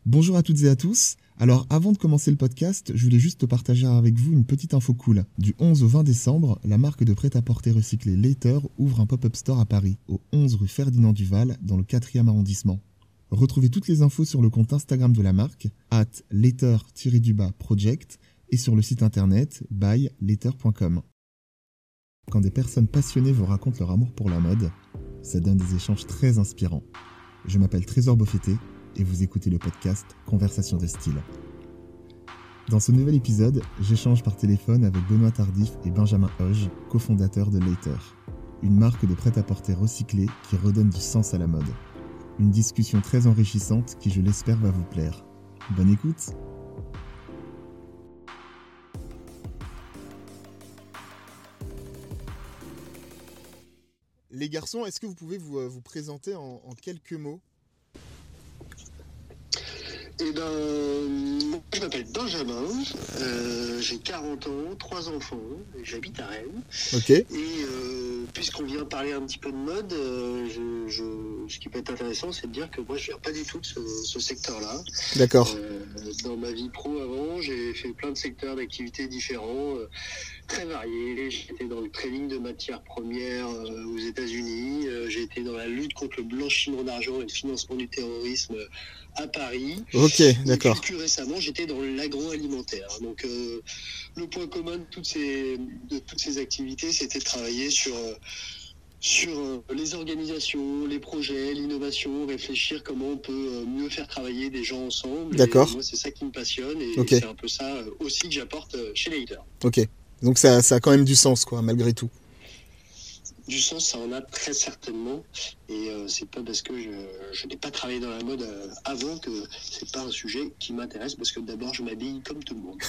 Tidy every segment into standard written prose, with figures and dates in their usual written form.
Bonjour à toutes et à tous. Alors avant de commencer le podcast, je voulais juste partager avec vous une petite info cool. Du 11 au 20 décembre, la marque de prêt-à-porter recyclé Later ouvre un pop-up store à Paris, au 11 rue Ferdinand Duval, dans le 4e arrondissement. Retrouvez toutes les infos sur le compte Instagram de la marque, @later-project, et sur le site internet bylater.com. Quand des personnes passionnées vous racontent leur amour pour la mode, ça donne des échanges très inspirants. Je m'appelle Trésor Beaufetté et vous écoutez le podcast Conversation de style. Dans ce nouvel épisode, j'échange par téléphone avec Benoît Tardif et Benjamin Hoge, cofondateurs de Later, une marque de prêt-à-porter recyclé qui redonne du sens à la mode. Une discussion très enrichissante qui, je l'espère, va vous plaire. Bonne écoute! Les garçons, est-ce que vous pouvez vous présenter en quelques mots? Moi, je m'appelle Benjamin, j'ai 40 ans, 3 enfants, et j'habite à Rennes. Ok. Et puisqu'on vient parler un petit peu de mode, ce qui peut être intéressant, c'est de dire que moi, je viens pas du tout de ce secteur-là. D'accord. Dans ma vie pro avant, j'ai fait plein de secteurs d'activités différents, très variés. J'étais dans le trading de matières premières aux États-Unis. J'ai été dans la lutte contre le blanchiment d'argent et le financement du terrorisme à Paris. Ok, d'accord. Et puis, plus récemment, j'étais dans l'agroalimentaire. Donc, le point commun de toutes ces activités, c'était de travailler sur les organisations, les projets, l'innovation, réfléchir comment on peut mieux faire travailler des gens ensemble. D'accord. Et moi, c'est ça qui me passionne et Ok. c'est un peu ça aussi que j'apporte chez Later. Ok. Donc ça a quand même du sens, quoi, malgré tout. Du sens, ça en a très certainement. Et c'est pas parce que je n'ai pas travaillé dans la mode avant que c'est pas un sujet qui m'intéresse, parce que d'abord, je m'habille comme tout le monde.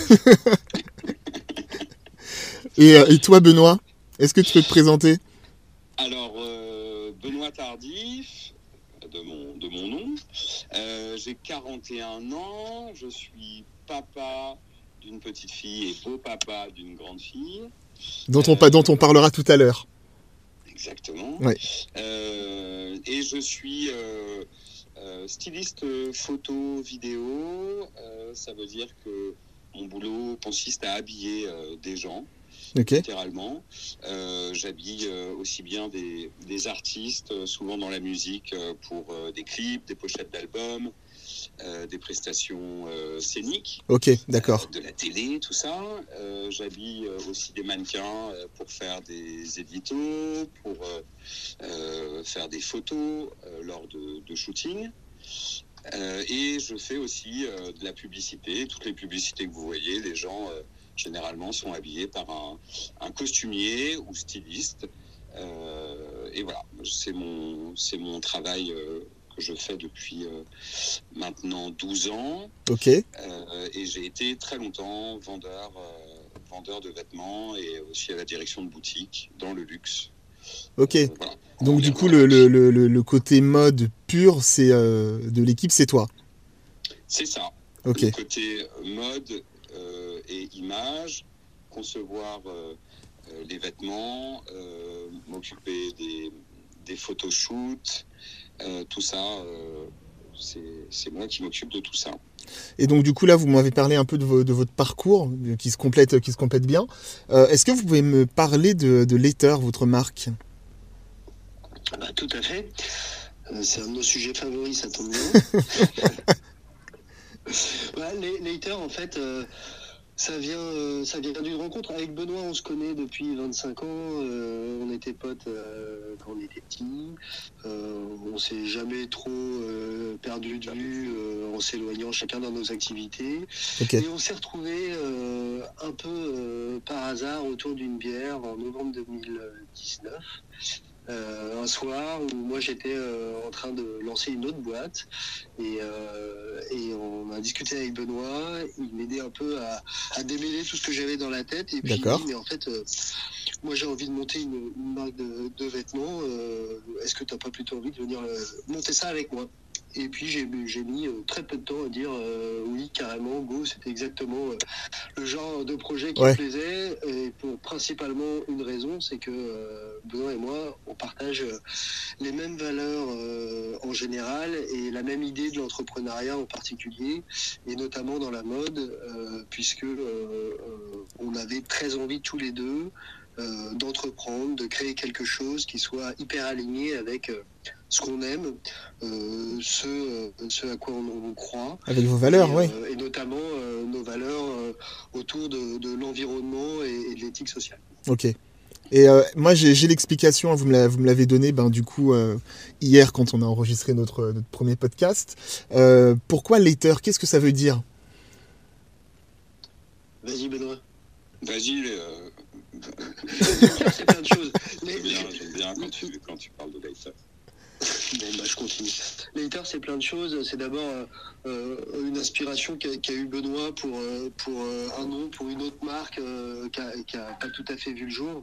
Et toi, Benoît, est-ce que tu peux te présenter? Alors, Benoît Tardif, de mon nom. J'ai 41 ans, je suis papa d'une petite fille et beau-papa d'une grande fille. Dont on parlera tout à l'heure. Exactement. Ouais. Et je suis styliste photo, vidéo. Ça veut dire que mon boulot consiste à habiller des gens. Ok. Littéralement. J'habille aussi bien des artistes, souvent dans la musique, pour des clips, des pochettes d'albums, des prestations scéniques. Ok, d'accord. De la télé, tout ça. J'habille aussi des mannequins pour faire des éditos, pour faire des photos lors de shooting. Et je fais aussi de la publicité. Toutes les publicités que vous voyez, les gens généralement sont habillés par un costumier ou styliste. Et voilà, c'est mon travail que je fais depuis maintenant 12 ans. Ok. Et j'ai été très longtemps vendeur de vêtements et aussi à la direction de boutique dans le luxe. Ok. Voilà. Donc du coup, le côté mode pur, c'est de l'équipe, c'est toi. C'est ça. Ok. Le côté mode et image, concevoir les vêtements, m'occuper des photoshoots, tout ça, c'est moi qui m'occupe de tout ça. Et donc du coup là, vous m'avez parlé un peu de votre parcours qui se complète bien. Est-ce que vous pouvez me parler de Later, votre marque? Bah, tout à fait. C'est un de nos sujets favoris, ça tombe bien. Later, en fait, ça vient d'une rencontre avec Benoît. On se connaît depuis 25 ans. On était potes quand on était petits. On s'est jamais trop perdu de vue en s'éloignant chacun dans nos activités. Ok. Et on s'est retrouvés un peu par hasard autour d'une bière en novembre 2019. Un soir où moi j'étais en train de lancer une autre boîte et on a discuté avec Benoît. Il m'aidait un peu à démêler tout ce que j'avais dans la tête, et puis il me dit mais en fait moi j'ai envie de monter une marque de vêtements, est-ce que t'as pas plutôt envie de venir monter ça avec moi? Et puis j'ai mis très peu de temps à dire oui, carrément, go, c'était exactement le genre de projet qui me plaisait. Et pour principalement une raison, c'est que Benoît et moi, on partage les mêmes valeurs en général et la même idée de l'entrepreneuriat en particulier, et notamment dans la mode, puisque on avait très envie tous les deux d'entreprendre, de créer quelque chose qui soit hyper aligné avec ce qu'on aime, ce à quoi on croit. Avec vos valeurs, oui. Et notamment nos valeurs autour de l'environnement et de l'éthique sociale. Ok. Et moi, j'ai l'explication, vous me l'avez donnée, du coup, hier, quand on a enregistré notre premier podcast. Pourquoi Later? Qu'est-ce que ça veut dire? Vas-y, Benoît. Vas-y, c'est plein de choses. J'aime bien quand tu parles de Later. Bon, je continue. Later, c'est plein de choses. C'est d'abord une inspiration qu'a eu Benoît pour un nom, pour une autre marque qui a pas tout à fait vu le jour.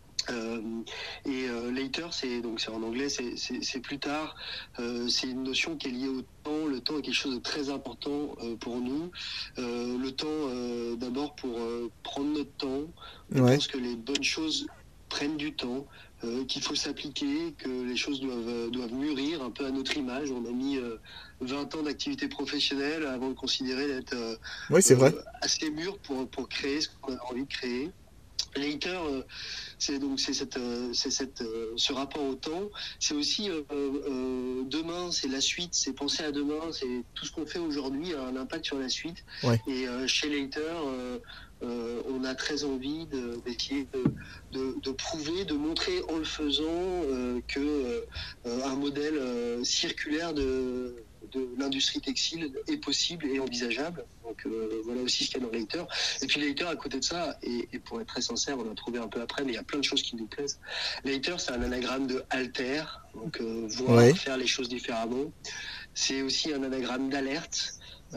Later, c'est en anglais, c'est plus tard. C'est une notion qui est liée au temps. Le temps est quelque chose de très important pour nous. Le temps, d'abord pour prendre notre temps. Je pense que les bonnes choses prennent du temps, qu'il faut s'appliquer, que les choses doivent mûrir un peu à notre image. On a mis 20 ans d'activité professionnelle avant de considérer d'être assez mûr pour créer ce qu'on a envie de créer. Later, c'est ce rapport au temps. C'est aussi demain, c'est la suite, c'est penser à demain, c'est tout ce qu'on fait aujourd'hui a un impact sur la suite. Et chez Later, on a très envie d'essayer de prouver, de montrer en le faisant que un modèle circulaire de l'industrie textile est possible et envisageable. Donc voilà aussi ce qu'il y a dans Later. Et puis Later, à côté de ça, et pour être très sincère, on l'a trouvé un peu après, mais il y a plein de choses qui nous plaisent. Later, c'est un anagramme de alter, donc voir, faire les choses différemment. C'est aussi un anagramme d'alerte.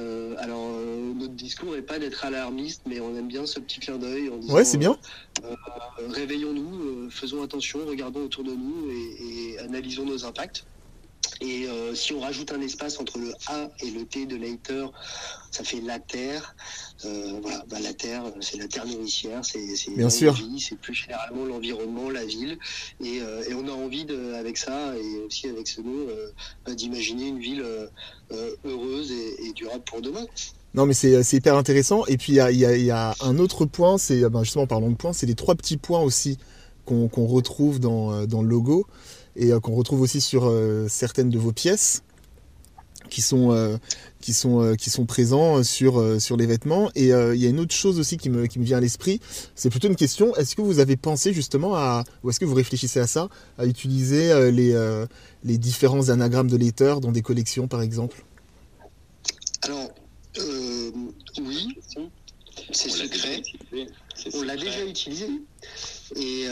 Notre discours n'est pas d'être alarmiste, mais on aime bien ce petit clin d'œil en disant c'est bien. Réveillons-nous, faisons attention, regardons autour de nous et analysons nos impacts. Et si on rajoute un espace entre le A et le T de Later, ça fait la terre. La terre, c'est la terre nourricière, c'est bien sûr. Vie, c'est plus généralement l'environnement, la ville. Et on a envie, avec ça, et aussi avec ce nom, d'imaginer une ville heureuse et durable pour demain. Non, mais c'est hyper intéressant. Et puis, il y a un autre point, c'est justement, parlons de points, c'est les 3 petits points aussi qu'on retrouve dans le logo et qu'on retrouve aussi sur certaines de vos pièces qui sont présents sur les vêtements. Et il y a une autre chose aussi qui me vient à l'esprit, c'est plutôt une question. Est-ce que vous avez pensé justement ou est-ce que vous réfléchissez à ça, à utiliser les différents anagrammes de Later dans des collections, par exemple? Alors, oui, c'est secret. On l'a déjà utilisé. Et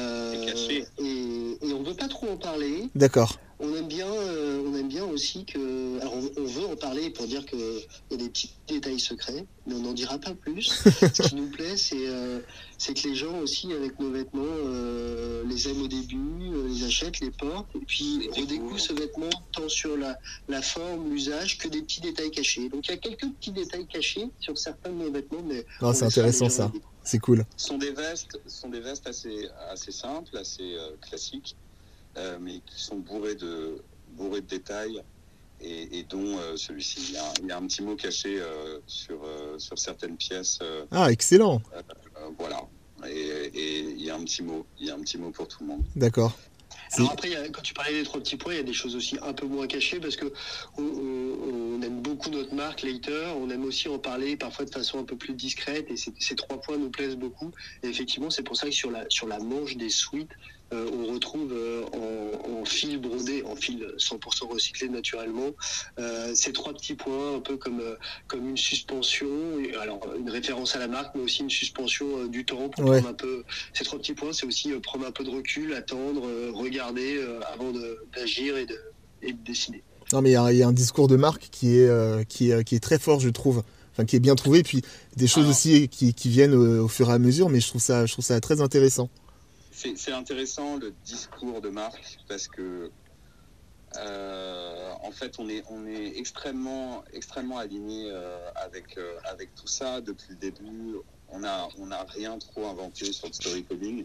on ne veut pas trop en parler. D'accord. On aime bien aussi que... Alors, on veut en parler pour dire qu'il y a des petits détails secrets, mais on n'en dira pas plus. Ce qui nous plaît, c'est que les gens aussi, avec nos vêtements, les aiment au début, les achètent, les portent, et puis redécouvrent ce vêtement tant sur la forme, l'usage, que des petits détails cachés. Donc, il y a quelques petits détails cachés sur certains de nos vêtements, mais... c'est intéressant, ça. C'est cool. Ce sont des vestes assez simples, assez classiques, mais qui sont bourrés de détails et dont celui-ci. Il y a un petit mot caché sur certaines pièces. Excellent. Voilà. Et il y a un petit mot pour tout le monde. D'accord. Alors après, quand tu parlais des 3 petits points, il y a des choses aussi un peu moins cachées parce que on aime beaucoup notre marque Later. On aime aussi en parler parfois de façon un peu plus discrète et ces 3 points nous plaisent beaucoup. Et effectivement, c'est pour ça que sur la manche des suites, on retrouve en fil brodé, en fil 100% recyclé naturellement, ces 3 petits points un peu comme une suspension. Alors une référence à la marque, mais aussi une suspension du temps pour prendre un peu. Ces 3 petits points, c'est aussi prendre un peu de recul, attendre, regarder avant d'agir et de décider. Non, mais il y a un discours de marque qui est très fort, je trouve. Enfin, qui est bien trouvé, puis des choses aussi qui viennent au fur et à mesure, mais je trouve ça très intéressant. C'est intéressant le discours de marque parce que En fait, on est extrêmement aligné avec tout ça depuis le début. On n'a rien trop inventé sur le storytelling.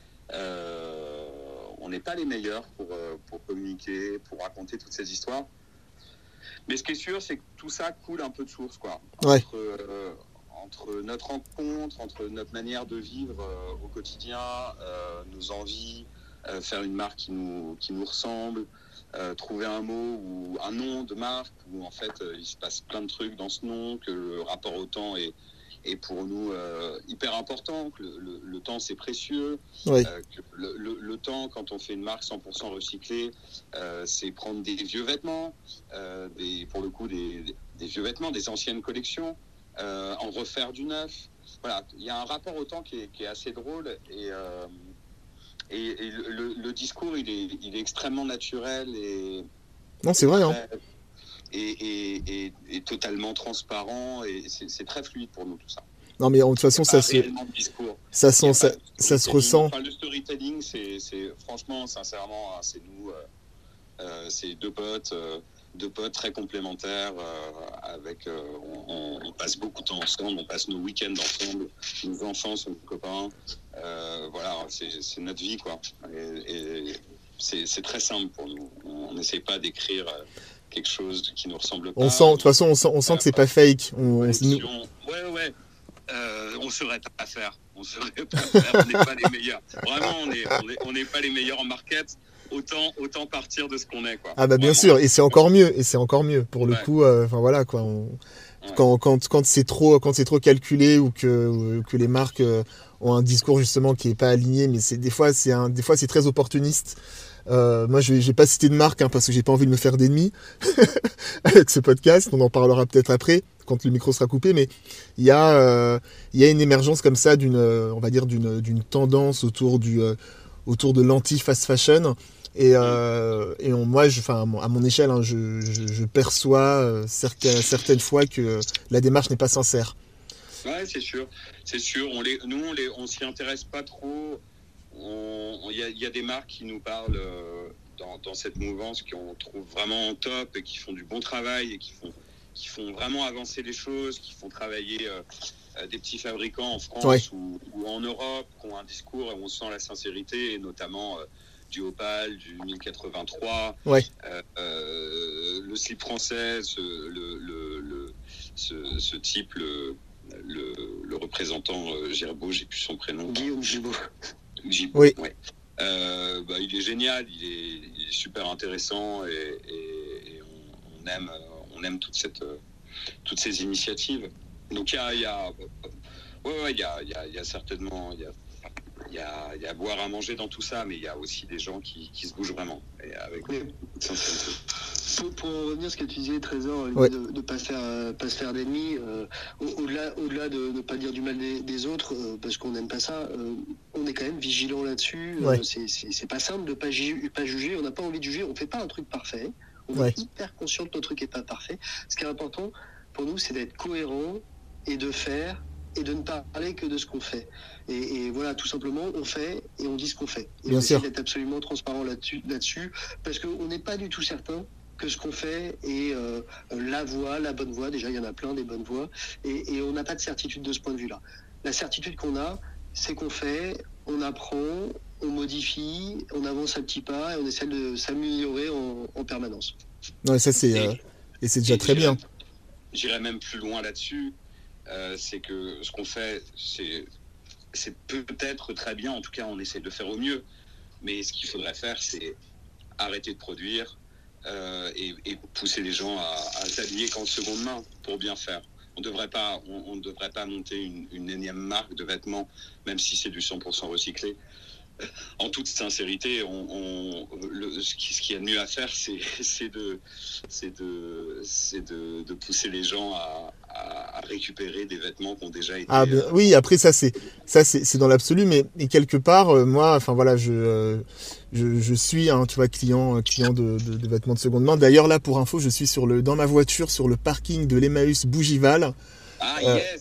On n'est pas les meilleurs pour communiquer, pour raconter toutes ces histoires. Mais ce qui est sûr, c'est que tout ça coule un peu de source, quoi. Ouais. Entre notre rencontre, entre notre manière de vivre au quotidien, nos envies, faire une marque qui nous ressemble, trouver un mot ou un nom de marque où en fait il se passe plein de trucs dans ce nom, que le rapport au temps est pour nous hyper important, que le temps c'est précieux, Ouais. que le temps quand on fait une marque 100% recyclée, c'est prendre des vieux vêtements, pour le coup des vieux vêtements, des anciennes collections, en refaire du neuf. Voilà, il y a un rapport au temps qui est assez drôle et le discours il est extrêmement naturel et Non, c'est vrai, hein. Et totalement transparent et c'est très fluide pour nous tout ça. Non, mais de toute façon, ça se ressent. Enfin, le storytelling, c'est franchement, sincèrement, hein, c'est nous, c'est deux potes très complémentaires. On passe beaucoup de temps ensemble, on passe nos week-ends ensemble, nos enfants sont nos copains. Voilà, c'est notre vie, quoi. Et c'est très simple pour nous. On n'essaie pas d'écrire quelque chose qui nous ressemble pas. De toute façon, on sent que c'est pas fake. Ouais. On saurait pas faire. On n'est pas les meilleurs. Vraiment, on n'est pas les meilleurs en market. Autant partir de ce qu'on est, quoi. Ah bah bien sûr, et c'est encore mieux. Pour le coup, enfin voilà quoi. Quand c'est trop calculé ou que les marques ont un discours justement qui est pas aligné, mais des fois c'est très opportuniste. Moi je vais pas citer de marque parce que j'ai pas envie de me faire d'ennemis avec ce podcast. On en parlera peut-être après quand le micro sera coupé, mais il y a une émergence comme ça on va dire d'une tendance autour de l'anti-fast fashion. Et moi, à mon échelle, hein, je perçois certaines fois que la démarche n'est pas sincère. Ouais, c'est sûr. On s'y intéresse pas trop. Il y a des marques qui nous parlent dans cette mouvance qu'on trouve vraiment top et qui font du bon travail et qui font vraiment avancer les choses, qui font travailler des petits fabricants en France ou en Europe, qui ont un discours et on sent la sincérité, et notamment du Opal, du 1083, le slip français, ce type, le représentant Girbeau, j'ai plus son prénom. Guillaume Girbeau. Oui. Ouais. Il est génial, il est super intéressant et on aime toutes ces initiatives. Donc il y a certainement il y a à boire, à manger dans tout ça, mais il y a aussi des gens qui se bougent vraiment et avec sincérité. Pour revenir à ce que tu disais, Trésor, de ne pas se faire d'ennemis, au-delà de ne pas dire du mal des autres, parce qu'on n'aime pas ça, on est quand même vigilant là-dessus. C'est pas simple de pas juger, on n'a pas envie de juger, on ne fait pas un truc parfait, on est hyper conscient que notre truc n'est pas parfait. Ce qui est important pour nous, c'est d'être cohérent et de faire et de ne pas parler que de ce qu'on fait. Et voilà, tout simplement, on fait et on dit ce qu'on fait. Et on essaie d'être absolument transparent là-dessus, parce qu'on n'est pas du tout certain que ce qu'on fait est la bonne voie. Déjà, il y en a plein des bonnes voies, et on n'a pas de certitude de ce point de vue-là. La certitude qu'on a, c'est qu'on fait, on apprend, on modifie, on avance à petits pas, et on essaie de s'améliorer en permanence. Non, ça c'est déjà très bien. J'irais même plus loin là-dessus. C'est que ce qu'on fait, c'est peut-être très bien, en tout cas on essaie de le faire au mieux, mais ce qu'il faudrait faire, c'est arrêter de produire et pousser les gens à s'habiller qu'en seconde main pour bien faire. On ne devrait pas monter une énième marque de vêtements, même si c'est du 100% recyclé. En toute sincérité, ce qu'il y a de mieux à faire, c'est de pousser les gens à récupérer des vêtements qui ont déjà été. Oui, après ça c'est dans l'absolu, mais quelque part, moi, enfin voilà, je suis tu vois, client de vêtements de seconde main. D'ailleurs là, pour info, je suis dans ma voiture sur le parking de l'Emmaüs Bougival. Ah yes.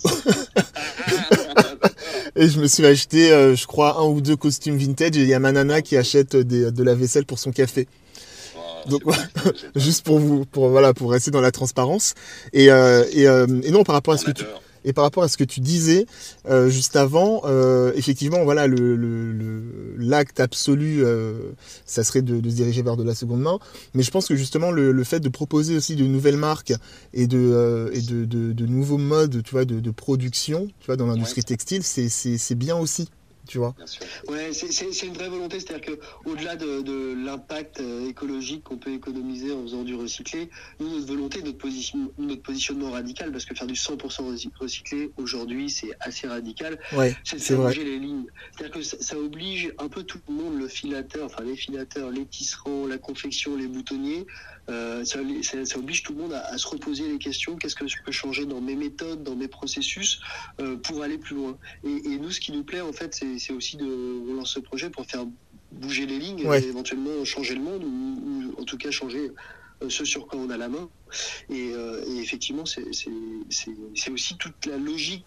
Et je me suis acheté, je crois, 1 ou 2 costumes vintage, et il y a ma nana qui achète de la vaisselle pour son café. Donc juste pour rester dans la transparence et non par rapport à ce que tu et par rapport à ce que tu disais juste avant, effectivement, voilà, l'acte absolu, ça serait de se diriger vers de la seconde main. Mais je pense que justement, le fait de proposer aussi de nouvelles marques et de nouveaux modes, tu vois, de production, tu vois, dans l'industrie textile, c'est bien aussi. Tu vois. Ouais, c'est une vraie volonté, c'est-à-dire qu'au-delà de l'impact écologique qu'on peut économiser en faisant du recyclé, nous, notre volonté, notre positionnement radical, parce que faire du 100% recyclé aujourd'hui, c'est assez radical, c'est de faire bouger les lignes. C'est-à-dire que ça oblige un peu tout le monde, le filateur, enfin les filateurs, les tisserands, la confection, les boutonniers, ça oblige tout le monde à se reposer les questions, qu'est-ce que je peux changer dans mes méthodes, dans mes processus, pour aller plus loin. Et nous, ce qui nous plaît, en fait, c'est aussi on lance ce projet pour faire bouger les lignes et éventuellement changer le monde ou en tout cas changer ce sur quoi on a la main. Et effectivement, c'est aussi toute la logique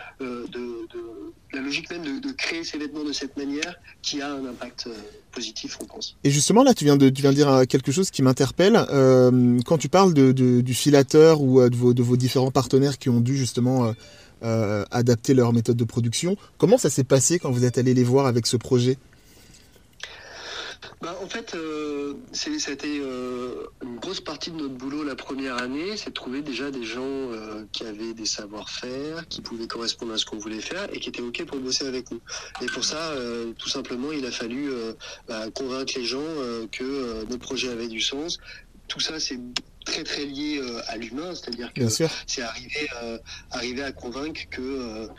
la logique même de créer ces vêtements de cette manière qui a un impact positif, on pense. Et justement, là, tu viens de dire quelque chose qui m'interpelle. Quand tu parles du filateur ou de vos différents partenaires qui ont dû justement adapter leur méthode de production, comment ça s'est passé quand vous êtes allé les voir avec ce projet ? En fait, ça a été une grosse partie de notre boulot la première année, c'est de trouver déjà des gens qui avaient des savoir-faire, qui pouvaient correspondre à ce qu'on voulait faire et qui étaient OK pour bosser avec nous. Et pour ça, tout simplement, il a fallu convaincre les gens que notre projet avait du sens. Tout ça, c'est très très lié à l'humain, c'est-à-dire que c'est arriver à convaincre que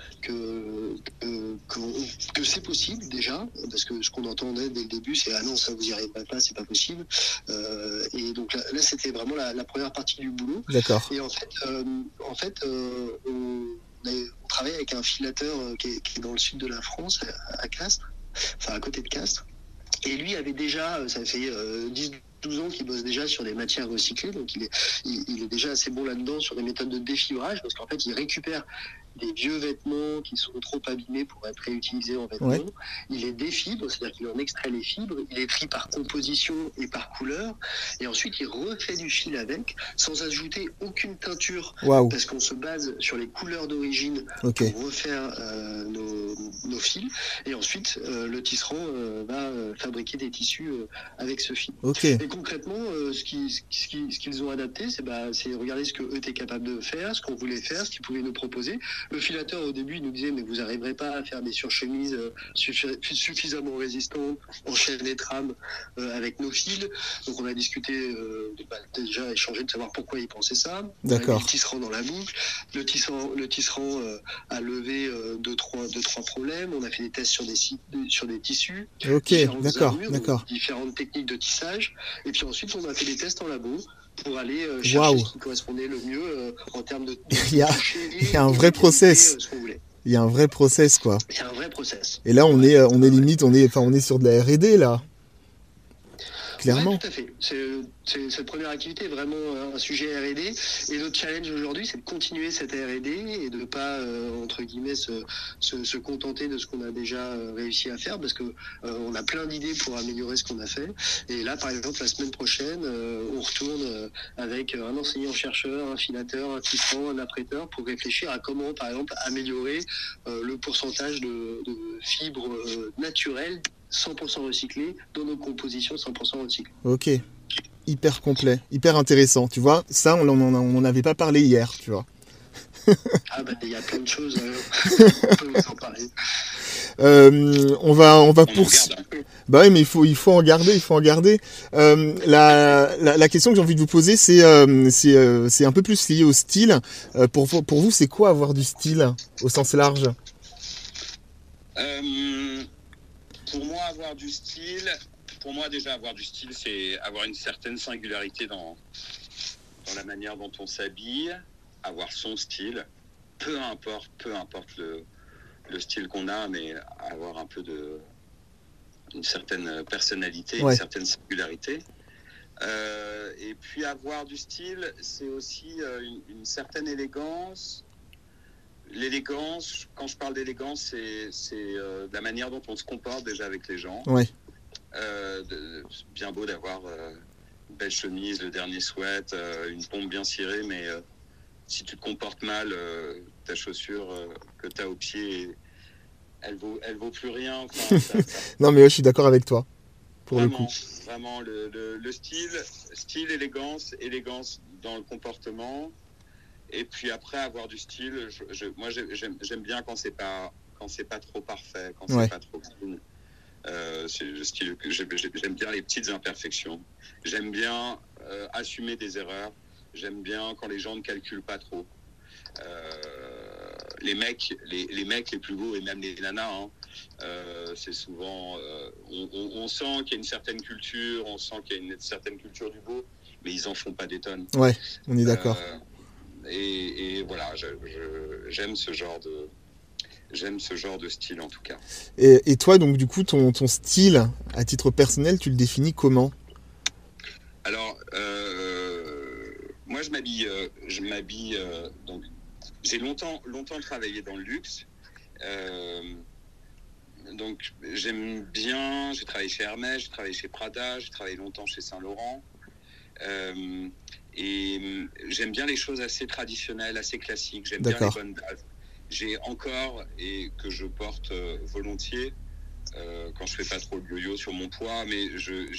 c'est possible déjà, parce que ce qu'on entendait dès le début, c'est ah non, ça vous y arriverez pas, c'est pas possible. Et donc là c'était vraiment la première partie du boulot. D'accord. Et en fait, on travaille avec un filateur qui est dans le sud de la France, à Castres, enfin à côté de Castres. Et lui avait déjà, ça fait 12 ans qu'il bosse déjà sur des matières recyclées, donc il est déjà assez bon là-dedans sur des méthodes de défibrage, parce qu'en fait il récupère des vieux vêtements qui sont trop abîmés pour être réutilisés en vêtements. Ouais. Il les défibre, c'est-à-dire qu'il en extrait les fibres, il les trie par composition et par couleur, et ensuite il refait du fil avec, sans ajouter aucune teinture, parce qu'on se base sur les couleurs d'origine pour refaire nos fils, et ensuite le tisserand va fabriquer des tissus avec ce fil. Et concrètement, ce qu'ils ont adapté, c'est regarder ce qu'eux étaient capables de faire, ce qu'on voulait faire, ce qu'ils pouvaient nous proposer. Le filateur, au début, il nous disait, mais vous n'arriverez pas à faire des surchemises suffisamment résistantes, en chaîne et trame, avec nos fils. Donc on a discuté, déjà échangé de savoir pourquoi ils pensaient ça. D'accord. On a mis le tisserand dans la boucle. Le tisserand a levé deux, trois problèmes. On a fait des tests sur des tissus. Ok, d'accord. Différentes techniques de tissage. Et puis ensuite, on a fait des tests en labo pour aller chercher ce qui correspondait le mieux en termes de il y a un vrai process. Il y a un vrai process, quoi. Il y a un vrai process. Et là, on est limite, on est sur de la R&D, là. Clairement. Ouais, tout à fait. Cette première activité est vraiment un sujet R&D. Et notre challenge aujourd'hui, c'est de continuer cette R&D et de ne pas, entre guillemets, se contenter de ce qu'on a déjà réussi à faire, parce que on a plein d'idées pour améliorer ce qu'on a fait. Et là, par exemple, la semaine prochaine, on retourne avec un enseignant-chercheur, un filateur, un tisserand, un apprêteur pour réfléchir à comment, par exemple, améliorer le pourcentage de fibres naturelles 100% recyclé dans nos compositions 100% recyclées. Ok, hyper complet, hyper intéressant, tu vois, ça on n'en avait pas parlé hier, tu vois. Il y a plein de choses, on peut vous en parler. On va poursuivre. Bah oui, mais il faut en garder. La question que j'ai envie de vous poser, c'est un peu plus lié au style. Pour vous, c'est quoi avoir du style au sens large ? Pour moi, avoir du style, c'est avoir une certaine singularité dans la manière dont on s'habille, avoir son style, peu importe le style qu'on a, mais avoir un peu une certaine personnalité, une certaine singularité. Et puis avoir du style, c'est aussi une certaine élégance. L'élégance, quand je parle d'élégance, c'est la manière dont on se comporte déjà avec les gens. Ouais. Bien beau d'avoir belle chemise, le dernier sweat, une pompe bien cirée, mais si tu te comportes mal, ta chaussure que tu as au pied, elle vaut plus rien. Enfin, Non, mais ouais, je suis d'accord avec toi, pour le coup. Vraiment, le style, élégance dans le comportement. Et puis après, avoir du style, moi j'aime bien quand c'est pas trop parfait, quand c'est pas trop clean. C'est le style que j'aime bien les petites imperfections. J'aime bien assumer des erreurs. J'aime bien quand les gens ne calculent pas trop. Les mecs les plus beaux et même les nanas, c'est souvent on sent qu'il y a une certaine culture, on sent qu'il y a une certaine culture du beau, mais ils en font pas des tonnes. Ouais, on est d'accord. Et voilà, j'aime ce genre de style en tout cas. Et toi, donc du coup, ton style, à titre personnel, tu le définis comment ? Alors, moi je m'habille donc j'ai longtemps travaillé dans le luxe. Donc j'aime bien, j'ai travaillé chez Hermès, j'ai travaillé chez Prada, j'ai travaillé longtemps chez Saint-Laurent. Et j'aime bien les choses assez traditionnelles, assez classiques. J'aime bien les bonnes bases. J'ai encore, et que je porte volontiers, quand je fais pas trop de yo-yo sur mon poids, mais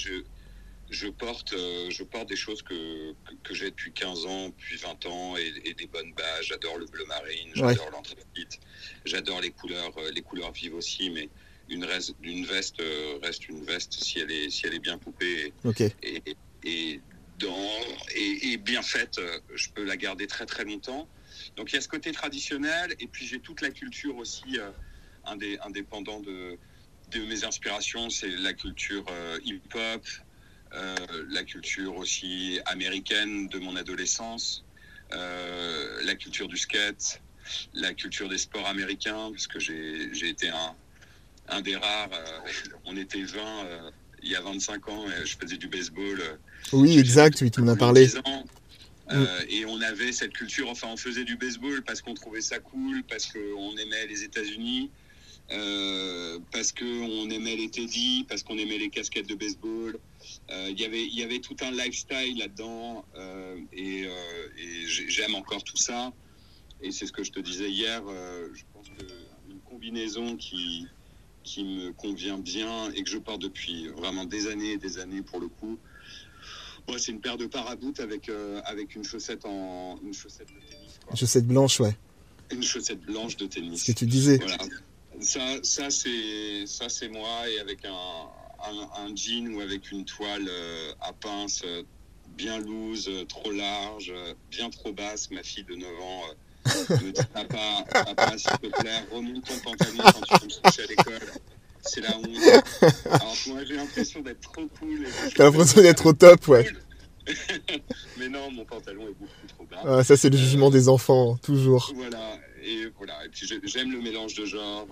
je porte des choses que j'ai depuis 15 ans, depuis 20 ans, et des bonnes bases. J'adore le bleu marine, j'adore l'anthracite, j'adore les couleurs vives aussi, mais une veste reste une veste si elle est bien coupée et bien faite, je peux la garder très très longtemps. Donc il y a ce côté traditionnel, et puis j'ai toute la culture aussi, indépendant de mes inspirations, c'est la culture hip-hop, la culture aussi américaine de mon adolescence, la culture du skate, la culture des sports américains, parce que j'ai été un des rares, on était 20 il y a 25 ans, et je faisais du baseball. Oui, exact, oui, tu m'en as parlé. Et on avait cette culture, enfin on faisait du baseball parce qu'on trouvait ça cool, parce qu'on aimait les États-Unis, parce qu'on aimait les Teddy, parce qu'on aimait les casquettes de baseball. Il y avait tout un lifestyle là-dedans, et j'aime encore tout ça. Et c'est ce que je te disais hier, je pense qu'une combinaison qui me convient bien et que je porte depuis vraiment des années et des années pour le coup. Moi, c'est une paire de paraboutes avec une chaussette de tennis, quoi. Une chaussette blanche, ouais. Une chaussette blanche de tennis. Ce que tu disais. Voilà. Ça c'est moi, et avec un jean ou avec une toile à pince bien loose, trop large, bien trop basse. Ma fille de 9 ans me dit papa, s'il te plaît, remonte ton pantalon quand tu vas me chercher à l'école. C'est la honte. Alors moi j'ai l'impression d'être trop cool. T'as l'impression d'être au top, ouais. Mais non, mon pantalon est beaucoup trop bas. Ah, ça c'est le jugement des enfants, toujours. Voilà. Et puis j'aime le mélange de genres.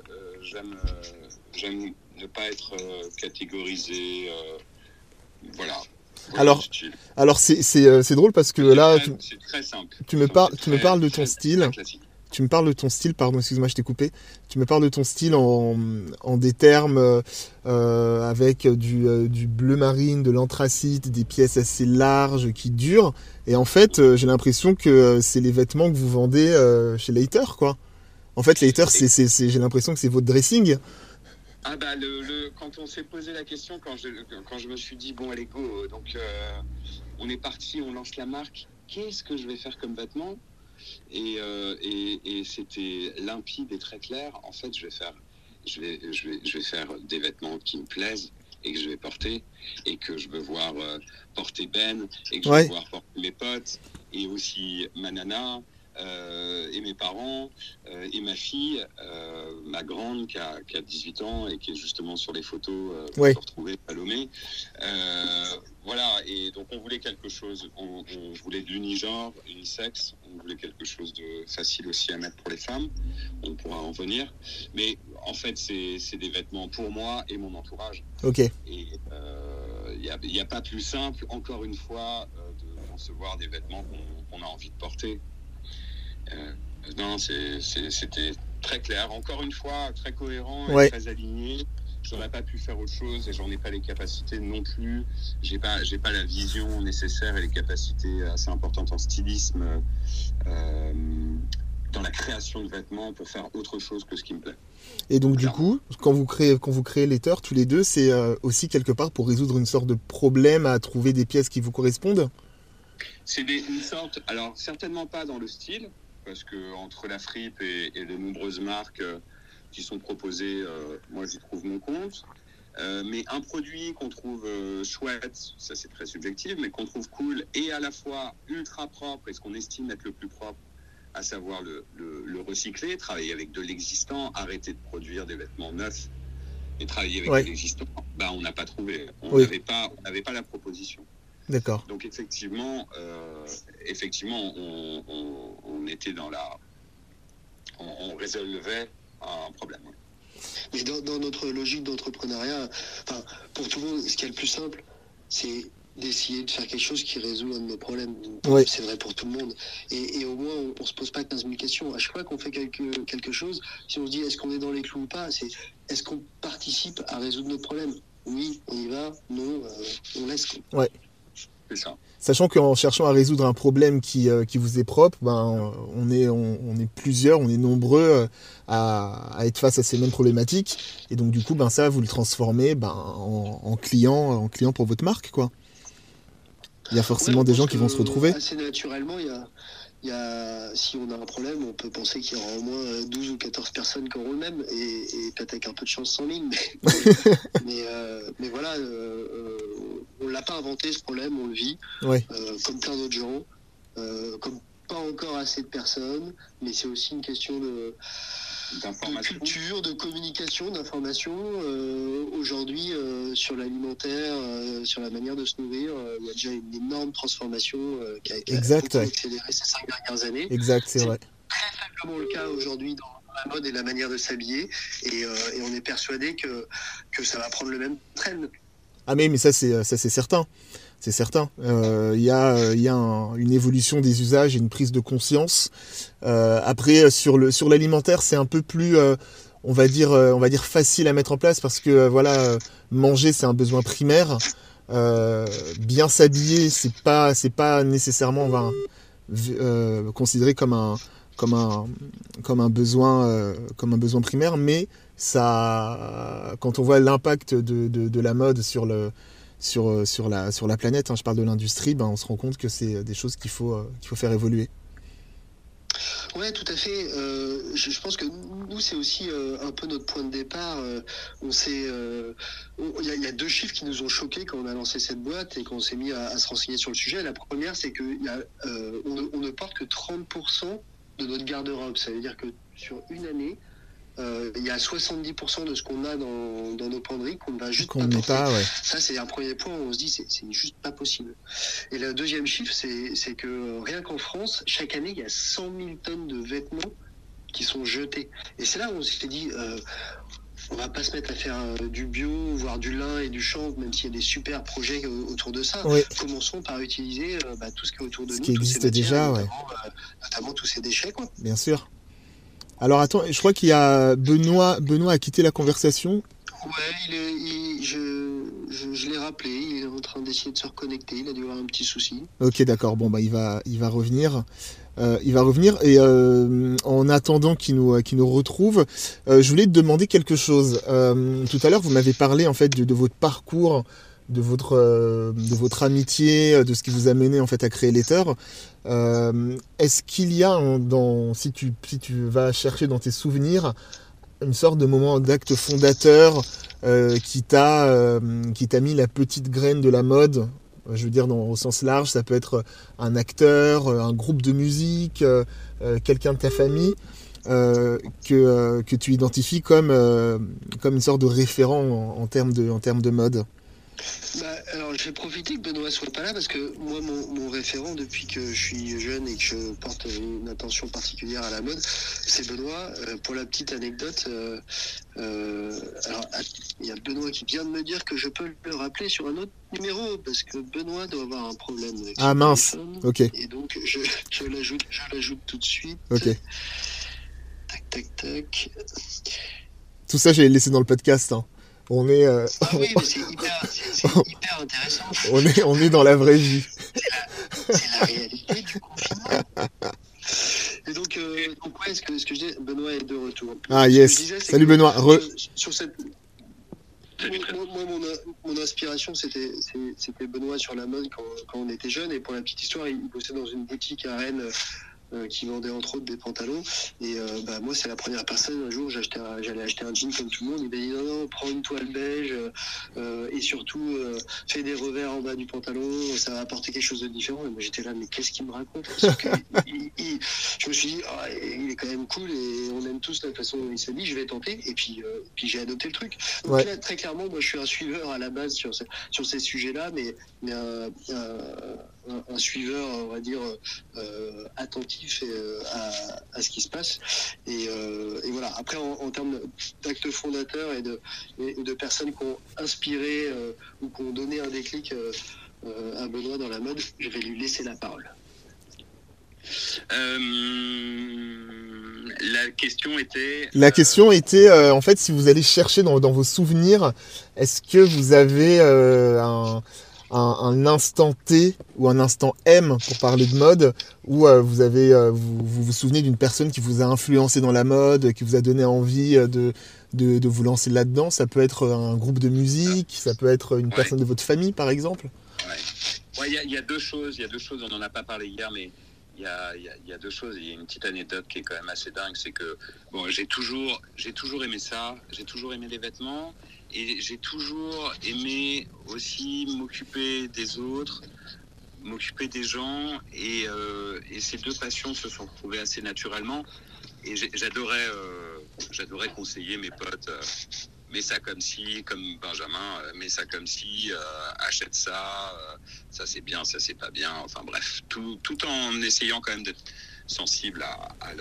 J'aime ne pas être catégorisé. Voilà. Alors c'est drôle parce que là c'est très simple. Tu me parles de ton style. Tu me parles de ton style, pardon, excuse-moi, je t'ai coupé. Tu me parles de ton style en des termes avec du bleu marine, de l'anthracite, des pièces assez larges qui durent. Et en fait, j'ai l'impression que c'est les vêtements que vous vendez chez Later, quoi. En fait, Later, j'ai l'impression que c'est votre dressing. Ah bah quand on s'est posé la question, quand je me suis dit bon allez go, donc on est parti, on lance la marque. Qu'est-ce que je vais faire comme vêtements ? Et c'était limpide et très clair. En fait, je vais faire des vêtements qui me plaisent et que je vais porter, et que je veux voir porter Ben, et que je veux voir porter mes potes, et aussi ma nana, et mes parents, et ma fille, ma grande qui a 18 ans et qui est justement sur les photos qu'on peut retrouver Salomé. Voilà, et donc on voulait quelque chose, on voulait de l'unigenre, unisexe, on voulait quelque chose de facile aussi à mettre pour les femmes, on pourra en venir, mais en fait c'est des vêtements pour moi et mon entourage. Ok. Et il n'y a pas plus simple, encore une fois, de concevoir des vêtements qu'on a envie de porter. Non, c'était très clair, encore une fois, très cohérent et très aligné. j'aurais pas pu faire autre chose et j'en ai pas les capacités non plus. J'ai pas la vision nécessaire et les capacités assez importantes en stylisme, dans la création de vêtements pour faire autre chose que ce qui me plaît. Et donc du coup, quand vous créez Later tous les deux, c'est aussi quelque part pour résoudre une sorte de problème à trouver des pièces qui vous correspondent? C'est une sorte, alors certainement pas dans le style, parce que entre la fripe et les nombreuses marques qui sont proposées, moi j'y trouve mon compte. Mais un produit qu'on trouve chouette, ça c'est très subjectif, mais qu'on trouve cool et à la fois ultra propre et ce qu'on estime être le plus propre, à savoir le recycler, travailler avec de l'existant, arrêter de produire des vêtements neufs et travailler avec de l'existant, on n'a pas trouvé. On n'avait pas la proposition. D'accord. Donc effectivement, on était dans on résolvait un problème. Mais dans notre logique d'entrepreneuriat, pour tout le monde, ce qui est le plus simple, c'est d'essayer de faire quelque chose qui résout un de nos problèmes. C'est vrai pour tout le monde. Et au moins, on ne se pose pas 15 000 questions. À chaque fois qu'on fait quelque chose, si on se dit est-ce qu'on est dans les clous ou pas, c'est est-ce qu'on participe à résoudre notre problème? Oui, on y va. Non, on laisse. Ouais. C'est ça. Sachant qu'en cherchant à résoudre un problème qui vous est propre, on est plusieurs, on est nombreux à être face à ces mêmes problématiques. Et donc du coup, ça, vous le transformez en client pour votre marque, quoi. Il y a forcément des gens qui vont se retrouver. Assez naturellement, si on a un problème, on peut penser qu'il y aura au moins 12 ou 14 personnes qui auront le même, et peut-être avec un peu de chance 100 000. Mais voilà, on ne l'a pas inventé ce problème, on le vit, comme plein d'autres gens, comme pas encore assez de personnes, mais c'est aussi une question de culture, de communication, d'information. Aujourd'hui, sur l'alimentaire, sur la manière de se nourrir, il y a déjà une énorme transformation qui a beaucoup accéléré ces 5 dernières années. Exact, c'est vrai. Très faiblement le cas aujourd'hui dans la mode et la manière de s'habiller, et on est persuadé que ça va prendre le même trend. Ah mais ça c'est certain. C'est certain. Il y a une évolution des usages et une prise de conscience. Après, sur l'alimentaire, c'est un peu plus, on va dire facile à mettre en place parce que manger, c'est un besoin primaire. Bien s'habiller, c'est pas nécessairement considéré comme un besoin primaire, mais ça, quand on voit l'impact de la mode sur la planète, je parle de l'industrie, on se rend compte que c'est des choses qu'il faut faire évoluer. Ouais, tout à fait. Je pense que nous, c'est aussi un peu notre point de départ. Il y a 2 chiffres qui nous ont choqués quand on a lancé cette boîte et qu'on s'est mis à se renseigner sur le sujet. La première, c'est qu'on ne porte que 30% de notre garde-robe. Ça veut dire que sur une année, il y a 70% de ce qu'on a dans nos penderies qu'on ne va juste pas porter. Ça, c'est un premier point où on se dit c'est juste pas possible. Et le deuxième chiffre, c'est que rien qu'en France, chaque année, il y a 100 000 tonnes de vêtements qui sont jetés. Et c'est là où on s'est dit on va pas se mettre à faire du bio, voire du lin et du chanvre, même s'il y a des super projets autour de ça. Commençons par utiliser tout ce qui est autour de nous, qui existe déjà, notamment tous ces déchets, quoi. Bien sûr. Alors attends, je crois qu'il y a Benoît a quitté la conversation. Ouais, je l'ai rappelé, il est en train d'essayer de se reconnecter, il a dû avoir un petit souci. Ok, d'accord, il va revenir. Et en attendant qu'il nous retrouve, je voulais te demander quelque chose. Tout à l'heure, vous m'avez parlé en fait de votre parcours, de votre amitié, de ce qui vous a mené en fait à créer Later. Est-ce qu'il y a si tu vas chercher dans tes souvenirs une sorte de moment d'acte fondateur qui t'a mis la petite graine de la mode? Je veux dire au sens large, ça peut être un acteur, un groupe de musique, quelqu'un de ta famille que tu identifies comme une sorte de référent en termes de mode. Alors je vais profiter que Benoît soit pas là parce que moi mon référent depuis que je suis jeune et que je porte une attention particulière à la mode, c'est Benoît. Pour la petite anecdote, alors il y a Benoît qui vient de me dire que je peux le rappeler sur un autre numéro parce que Benoît doit avoir un problème avec son téléphone. Ok. Et donc je l'ajoute tout de suite. Ok. Tac. Tout ça j'ai laissé dans le podcast. On est, Ah oui, mais c'est hyper intéressant. on est dans la vraie vie. C'est la réalité du confinement. Et donc ouais, ce que je dis, Benoît est de retour. Ah Ce que je yes. disais, c'est Salut que Benoît. sur cette moi, mon inspiration, c'était Benoît sur la mode quand on était jeune. Et pour la petite histoire, il bossait dans une boutique à Rennes qui vendait entre autres des pantalons. Et moi, c'est la première personne. Un jour, j'allais acheter un jean comme tout le monde. Il m'a dit non, prends une toile beige et surtout fais des revers en bas du pantalon. Ça va apporter quelque chose de différent. Et moi, j'étais là, mais qu'est-ce qu'il me raconte? Parce que je me suis dit, il est quand même cool et on aime tous la façon dont il s'habille. Je vais tenter. Et puis j'ai adopté le truc. Donc Ouais. là, très clairement, moi, je suis un suiveur à la base sur ces sujets-là, mais un suiveur, on va dire, attentif à ce qui se passe. Et voilà. Après, en termes d'actes fondateurs et de personnes qui ont inspiré ou qui ont donné un déclic à Benoît dans la mode, je vais lui laisser la parole. La question était, en fait, si vous allez chercher dans vos souvenirs, est-ce que vous avez un instant T ou un instant M pour parler de mode où vous souvenez d'une personne qui vous a influencé dans la mode, qui vous a donné envie de vous lancer là-dedans? Ça peut être un groupe de musique, ça peut être une personne de votre famille, par exemple. Ouais, il y a deux choses, on n'en a pas parlé hier, mais il y a deux choses. Il y a une petite anecdote qui est quand même assez dingue, c'est que j'ai toujours aimé ça, j'ai toujours aimé les vêtements et j'ai toujours aimé aussi m'occuper des autres, m'occuper des gens et ces deux passions se sont retrouvées assez naturellement et j'adorais conseiller mes potes. Mets ça comme si, comme Benjamin, mets ça comme si, achète ça, ça c'est bien, ça c'est pas bien, enfin bref, tout en essayant quand même d'être sensible à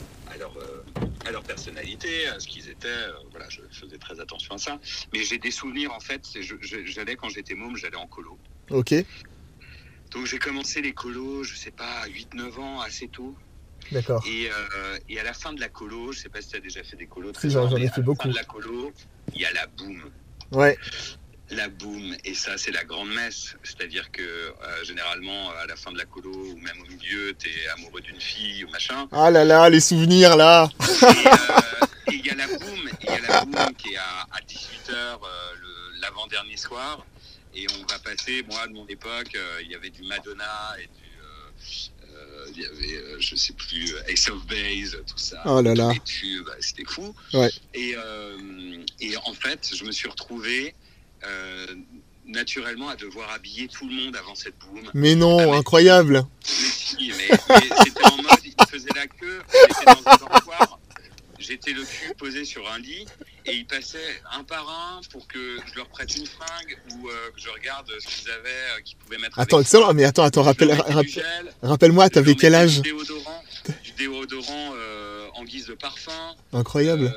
leur personnalité, à ce qu'ils étaient, voilà, je faisais très attention à ça. Mais j'ai des souvenirs en fait, j'allais quand j'étais môme, j'allais en colo. Ok. Donc j'ai commencé les colos, je sais pas, à 8-9 ans, assez tôt. D'accord. Et à la fin de la colo, je sais pas si tu as déjà fait des colos. Si, j'en ai fait beaucoup. À la fin de la colo, il y a la boum. Ouais. La boum, et ça c'est la grande messe, c'est-à-dire que généralement à la fin de la colo ou même au milieu, t'es amoureux d'une fille ou machin. Ah là là, les souvenirs là. Et il y a la boum qui est à 18h l'avant-dernier soir, et on va passer, moi de mon époque, il y avait du Madonna et il y avait, je sais plus, Ace of Base, tout ça. Oh là là. C'était fou. Ouais. Et en fait, je me suis retrouvé naturellement à devoir habiller tout le monde avant cette boum. Mais non, incroyable. Mais c'était en mode, il faisait la queue, j'étais dans un dortoir, j'étais le cul posé sur un lit, et ils passaient un par un pour que je leur prête une fringue ou que je regarde ce qu'ils avaient, qu'ils pouvaient mettre. Attends, excellent, mais attends, rappelle-moi, t'avais quel âge? Du déodorant en guise de parfum. Incroyable.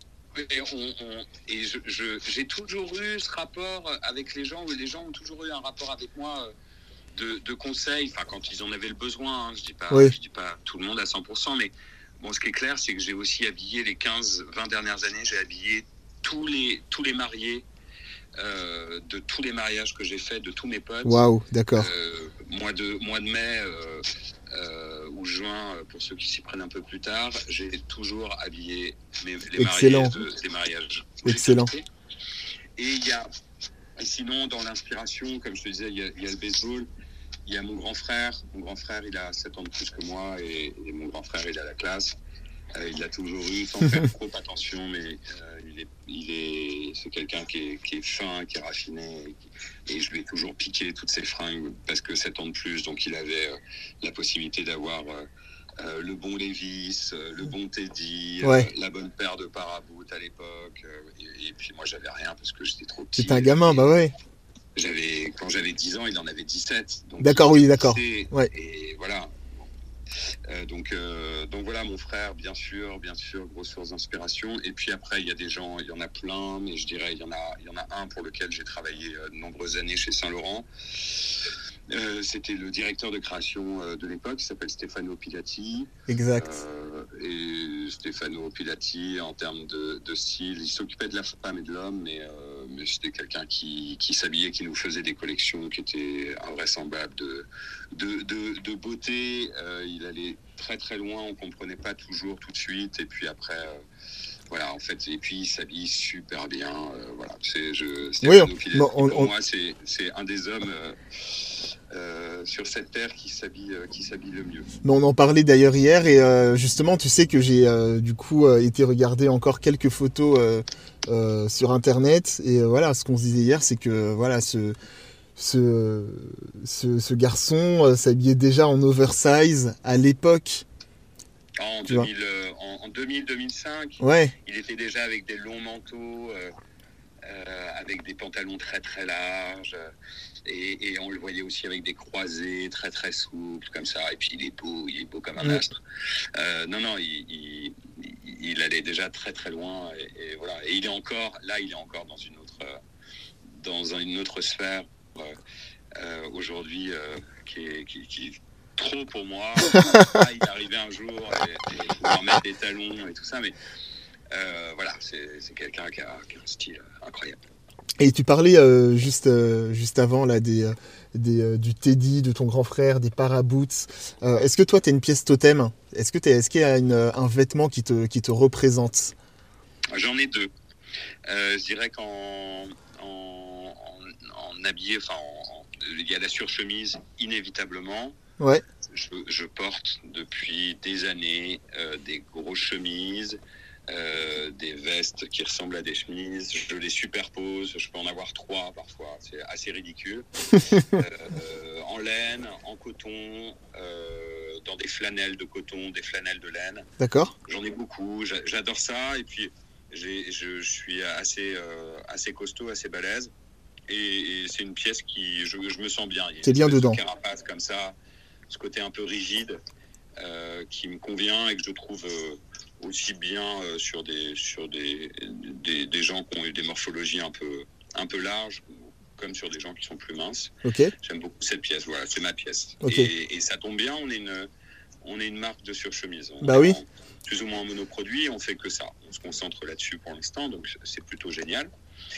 Et j'ai toujours eu ce rapport avec les gens, où les gens ont toujours eu un rapport avec moi de conseils, enfin quand ils en avaient le besoin, hein, je dis pas tout le monde à 100%, mais bon, ce qui est clair, c'est que j'ai aussi habillé les 15-20 dernières années, j'ai habillé tous les mariés de tous les mariages que j'ai fait, de tous mes potes. Waouh, d'accord. Mois de mai ou juin, pour ceux qui s'y prennent un peu plus tard, j'ai toujours habillé les mariés des mariages. Excellent. Et sinon, dans l'inspiration, comme je te disais, il y a le baseball. Il y a mon grand frère. Mon grand frère, il a 7 ans de plus que moi, et mon grand frère, il a la classe. Il l'a toujours eu, sans faire trop attention, mais c'est quelqu'un qui est fin, qui est raffiné, et je lui ai toujours piqué toutes ses fringues, parce que 7 ans de plus, donc il avait la possibilité d'avoir le bon Levi's, le bon Teddy, la bonne paire de paraboot à l'époque, et puis moi j'avais rien parce que j'étais trop petit. C'était un gamin, bah ouais. Quand j'avais 10 ans, il en avait 17. Donc d'accord, oui, d'accord. Ouais. Et voilà. Donc voilà, mon frère, bien sûr, grosse source d'inspiration. Et puis après, il y a des gens, il y en a plein, mais je dirais, il y en a un pour lequel j'ai travaillé de nombreuses années chez Saint-Laurent. C'était le directeur de création de l'époque, qui s'appelle Stefano Pilati. Exact. Et Stefano Pilati en termes de style. Il s'occupait de la femme et de l'homme, mais c'était quelqu'un qui s'habillait, qui nous faisait des collections qui étaient invraisemblables de beauté. Il allait très très loin, on comprenait pas toujours tout de suite, et puis après voilà, en fait, et puis il s'habille super bien. Voilà, Stefano Pilati, pour moi, c'est un des hommes sur cette terre qui s'habille le mieux. Mais on en parlait d'ailleurs hier, et justement, tu sais que j'ai du coup été regarder encore quelques photos sur internet, et voilà, ce qu'on se disait hier, c'est que voilà, ce garçon s'habillait déjà en oversize à l'époque. En 2000-2005, ouais. Il était déjà avec des longs manteaux, avec des pantalons très très larges, et on le voyait aussi avec des croisés très très souples comme ça. Et puis il est beau comme un astre. Non, il allait déjà très très loin, et voilà. Et il est encore dans une autre sphère aujourd'hui qui est trop pour moi. Il est arrivé un jour et pouvoir mettre des talons et tout ça, mais voilà, c'est quelqu'un qui a un style incroyable. Et tu parlais juste avant là du Teddy, de ton grand frère, des Paraboots. Est-ce que toi tu as une pièce totem ? Est-ce qu'il y a un vêtement qui te représente ? J'en ai deux. Je dirais qu'en habillé, il y a la surchemise inévitablement. Ouais. Je porte depuis des années des grosses chemises, des vestes qui ressemblent à des chemises. Je les superpose. Je peux en avoir 3 parfois. C'est assez ridicule. En laine, en coton, dans des flanelles de coton, des flanelles de laine. D'accord. J'en ai beaucoup. J'adore ça. Et puis je suis assez costaud, assez balèze. Et c'est une pièce qui je me sens bien. T'es bien dedans. Une carapace comme ça, ce côté un peu rigide qui me convient et que je trouve aussi bien sur des gens qui ont eu des morphologies un peu larges, comme sur des gens qui sont plus minces. Okay. J'aime beaucoup cette pièce. Voilà, c'est ma pièce. Okay. Et ça tombe bien, on est une marque de surchemise. Oui. Plus ou moins en monoproduit, on fait que ça. On se concentre là-dessus pour l'instant, donc c'est plutôt génial.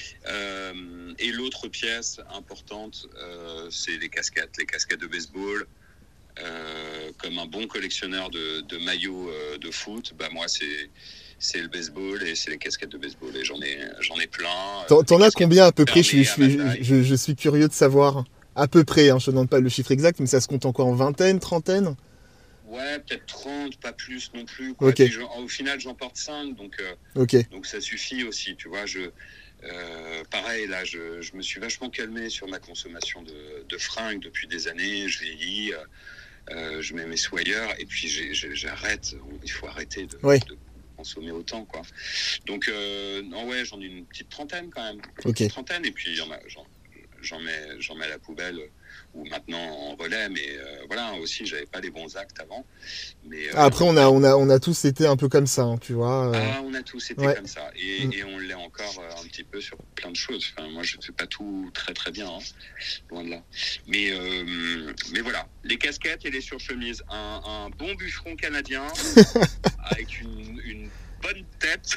Et l'autre pièce importante, c'est les casquettes de baseball. Comme un bon collectionneur de maillots de foot, moi c'est le baseball et c'est les casquettes de baseball, et j'en ai plein. T'en as combien à peu près ? Je suis curieux de savoir. À peu près, hein, je ne demande pas le chiffre exact, mais ça se compte encore en vingtaine, trentaine ? Ouais, peut-être 30, pas plus non plus, quoi. Okay. Puis au final, j'en porte 5, donc ça suffit aussi, tu vois. Pareil, là, je me suis vachement calmé sur ma consommation de fringues depuis des années. Je vieillis, je mets mes soyeurs, et puis j'arrête. Il faut arrêter de consommer autant, quoi. Donc, j'en ai une petite trentaine quand même. Une petite trentaine, et puis j'en mets à la poubelle, ou maintenant en relais, mais voilà, aussi j'avais pas les bons actes avant. Mais après on a tous été un peu comme ça, hein, tu vois. On a tous été comme ça, et on l'est encore un petit peu sur plein de choses. Enfin, moi je fais pas tout très très bien, hein, loin de là. Mais voilà, les casquettes et les surchemises, un bon bûcheron canadien avec une bonne tête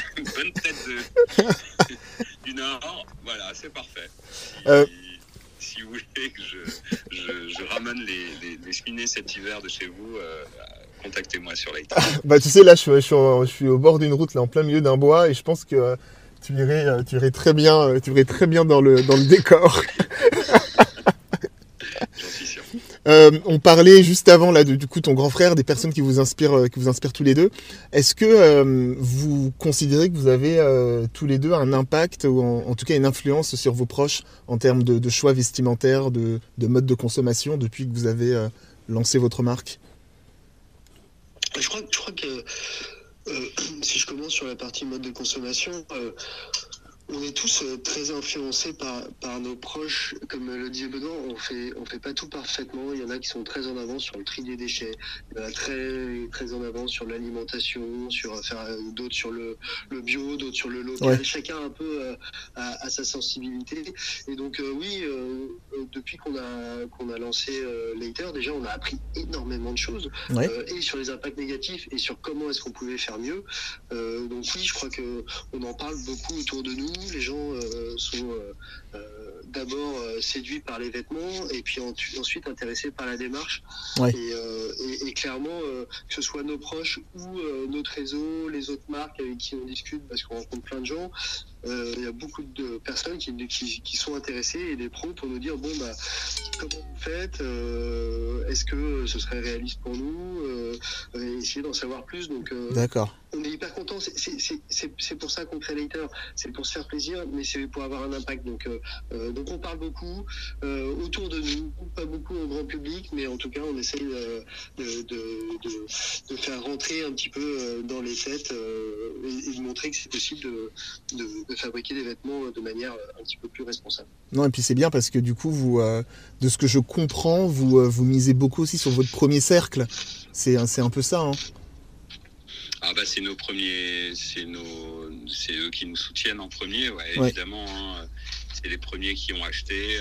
du Nord, voilà, c'est parfait. Si vous voulez que je ramène les cheminées cet hiver de chez vous, contactez-moi sur LinkedIn. Tu sais, là, je suis au bord d'une route, là, en plein milieu d'un bois, et je pense que tu irais très bien dans le décor. J'en suis sûr. On parlait juste avant là du coup ton grand frère, des personnes qui vous inspirent tous les deux. Est-ce que vous considérez que vous avez tous les deux un impact, ou en tout cas une influence sur vos proches en termes de choix vestimentaires, de mode de consommation depuis que vous avez lancé votre marque ? Je crois que si je commence sur la partie mode de consommation, On est tous très influencés par nos proches. Comme le dit Benoît, on fait pas tout parfaitement. Il y en a qui sont très en avance sur le tri des déchets. Il y en a très, très en avance sur l'alimentation, d'autres sur le bio, d'autres sur le local. Ouais. Chacun un peu a sa sensibilité. Et donc, depuis qu'on a lancé Later, déjà, on a appris énormément de choses. Ouais. Et sur les impacts négatifs et sur comment est-ce qu'on pouvait faire mieux. Donc oui, je crois qu'on en parle beaucoup autour de nous. Les gens sont d'abord séduits par les vêtements et puis ensuite intéressés par la démarche. Ouais. Et clairement, que ce soit nos proches ou notre réseau, les autres marques avec qui on discute, parce qu'on rencontre plein de gens, il y a beaucoup de personnes qui sont intéressées et des pros pour nous dire comment vous faites, est-ce que ce serait réaliste pour nous, essayer d'en savoir plus. Donc D'accord. on est hyper content. C'est pour ça qu'on crée Later. C'est pour se faire plaisir, mais c'est pour avoir un impact. Donc on parle beaucoup autour de nous, pas beaucoup au grand public, mais en tout cas on essaye de faire rentrer un petit peu dans les têtes et de montrer que c'est possible de fabriquer des vêtements de manière un petit peu plus responsable. Non, et puis c'est bien parce que du coup, vous, de ce que je comprends, vous misez beaucoup aussi sur votre premier cercle. C'est un peu ça, hein. Ah bah c'est nos premiers, c'est eux qui nous soutiennent en premier, ouais. Évidemment. Hein, c'est les premiers qui ont acheté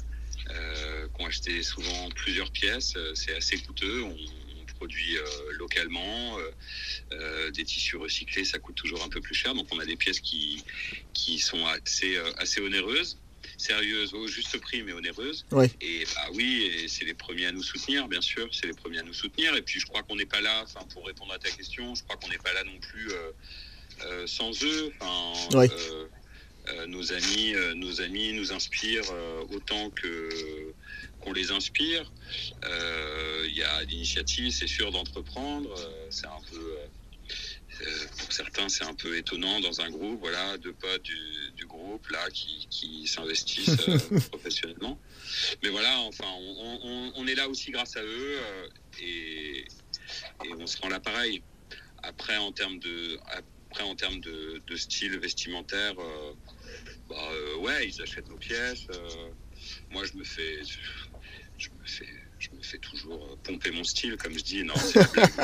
souvent plusieurs pièces. C'est assez coûteux. On produit localement. Des tissus recyclés, ça coûte toujours un peu plus cher. Donc on a des pièces qui sont assez onéreuses. Sérieuse, au juste prix, mais onéreuse. Ouais. Et et c'est les premiers à nous soutenir, bien sûr, c'est les premiers à nous soutenir. Et puis je crois qu'on n'est pas là, pour répondre à ta question, je crois qu'on n'est pas là non plus sans eux. Ouais. Nos amis nous inspirent autant qu'on les inspire. Il y a l'initiative, c'est sûr, d'entreprendre. C'est un peu... pour certains, c'est un peu étonnant dans un groupe, voilà, deux potes du groupe là qui s'investissent professionnellement. Mais voilà, on est là aussi grâce à eux et on se rend l'appareil. Après, en termes de style vestimentaire, ils achètent nos pièces. Moi, je me fais toujours pomper mon style, comme je dis. Non, c'est la blague.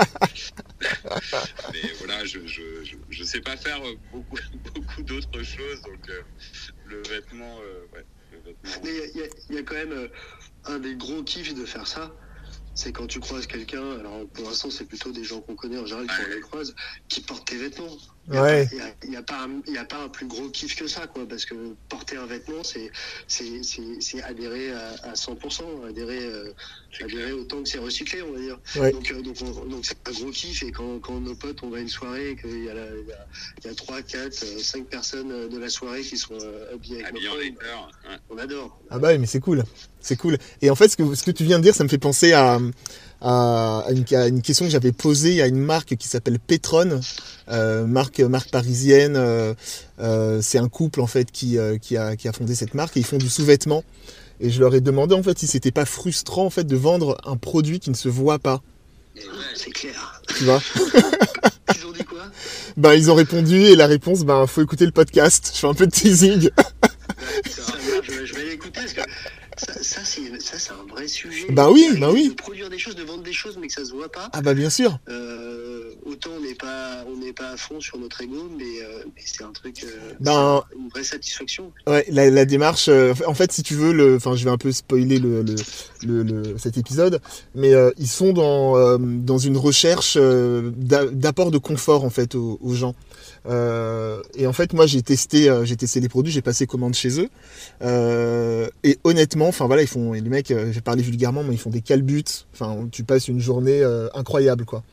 Mais voilà, je sais pas faire beaucoup d'autres choses, donc le vêtement. Mais il y a quand même un des gros kiffs de faire ça. C'est quand tu croises quelqu'un, alors pour l'instant c'est plutôt des gens qu'on connaît en général quand on les croise, qui portent tes vêtements. Il n'y a pas un plus gros kiff que ça, quoi, parce que porter un vêtement, c'est adhérer à 100%, adhérer autant que c'est recyclé, on va dire. Ouais. Donc c'est un gros kiff, et quand nos potes, on va à une soirée et qu'il y a 3, 4, 5 personnes de la soirée qui sont habillées avec nos potes, on adore. Ah bah oui, mais c'est cool. C'est cool. Et en fait, ce que tu viens de dire, ça me fait penser à une question que j'avais posée à une marque qui s'appelle Petron, marque parisienne. C'est un couple en fait qui a fondé cette marque, et ils font du sous-vêtement. Et je leur ai demandé en fait si c'était pas frustrant en fait de vendre un produit qui ne se voit pas. C'est clair. Tu vois. Ils ont dit quoi ? Ils ont répondu, et la réponse, faut écouter le podcast. Je fais un peu de teasing. Je vais l'écouter parce que ça c'est un vrai sujet. Oui. De produire des choses, de vendre des choses, mais que ça se voit pas. Ah bien sûr. Autant on n'est pas à fond sur notre ego, mais c'est un truc, une vraie satisfaction. Ouais, la démarche. En fait, si tu veux, je vais un peu spoiler cet épisode, mais ils sont dans une recherche d'apport de confort en fait aux gens. Et en fait, moi, j'ai testé les produits, j'ai passé commande chez eux, et honnêtement, les mecs, j'ai parlé vulgairement, mais ils font des calbutes. Tu passes une journée incroyable, quoi.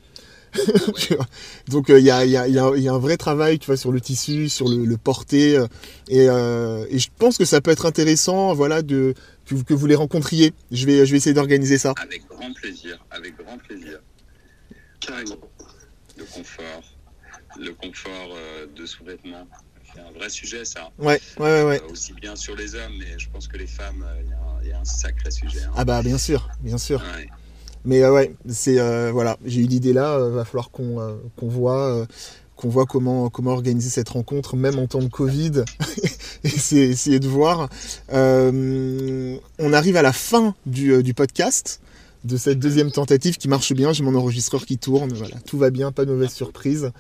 Donc il y a un vrai travail, tu vois, sur le tissu, sur le porter, et je pense que ça peut être intéressant, voilà, que vous les rencontriez. Je vais essayer d'organiser ça. Avec grand plaisir. Carrément. Le confort de sous-vêtements, c'est un vrai sujet, ça. Ouais. Aussi bien sur les hommes, mais je pense que les femmes, il y a un sacré sujet. Hein. Ah bien sûr. Ouais. Mais c'est voilà, j'ai eu l'idée là, va falloir qu'on voit qu'on voit comment organiser cette rencontre, même en temps de Covid, et c'est essayer de voir. On arrive à la fin du podcast, de cette deuxième tentative qui marche bien. J'ai mon enregistreur qui tourne, voilà, tout va bien, pas de mauvaise surprise.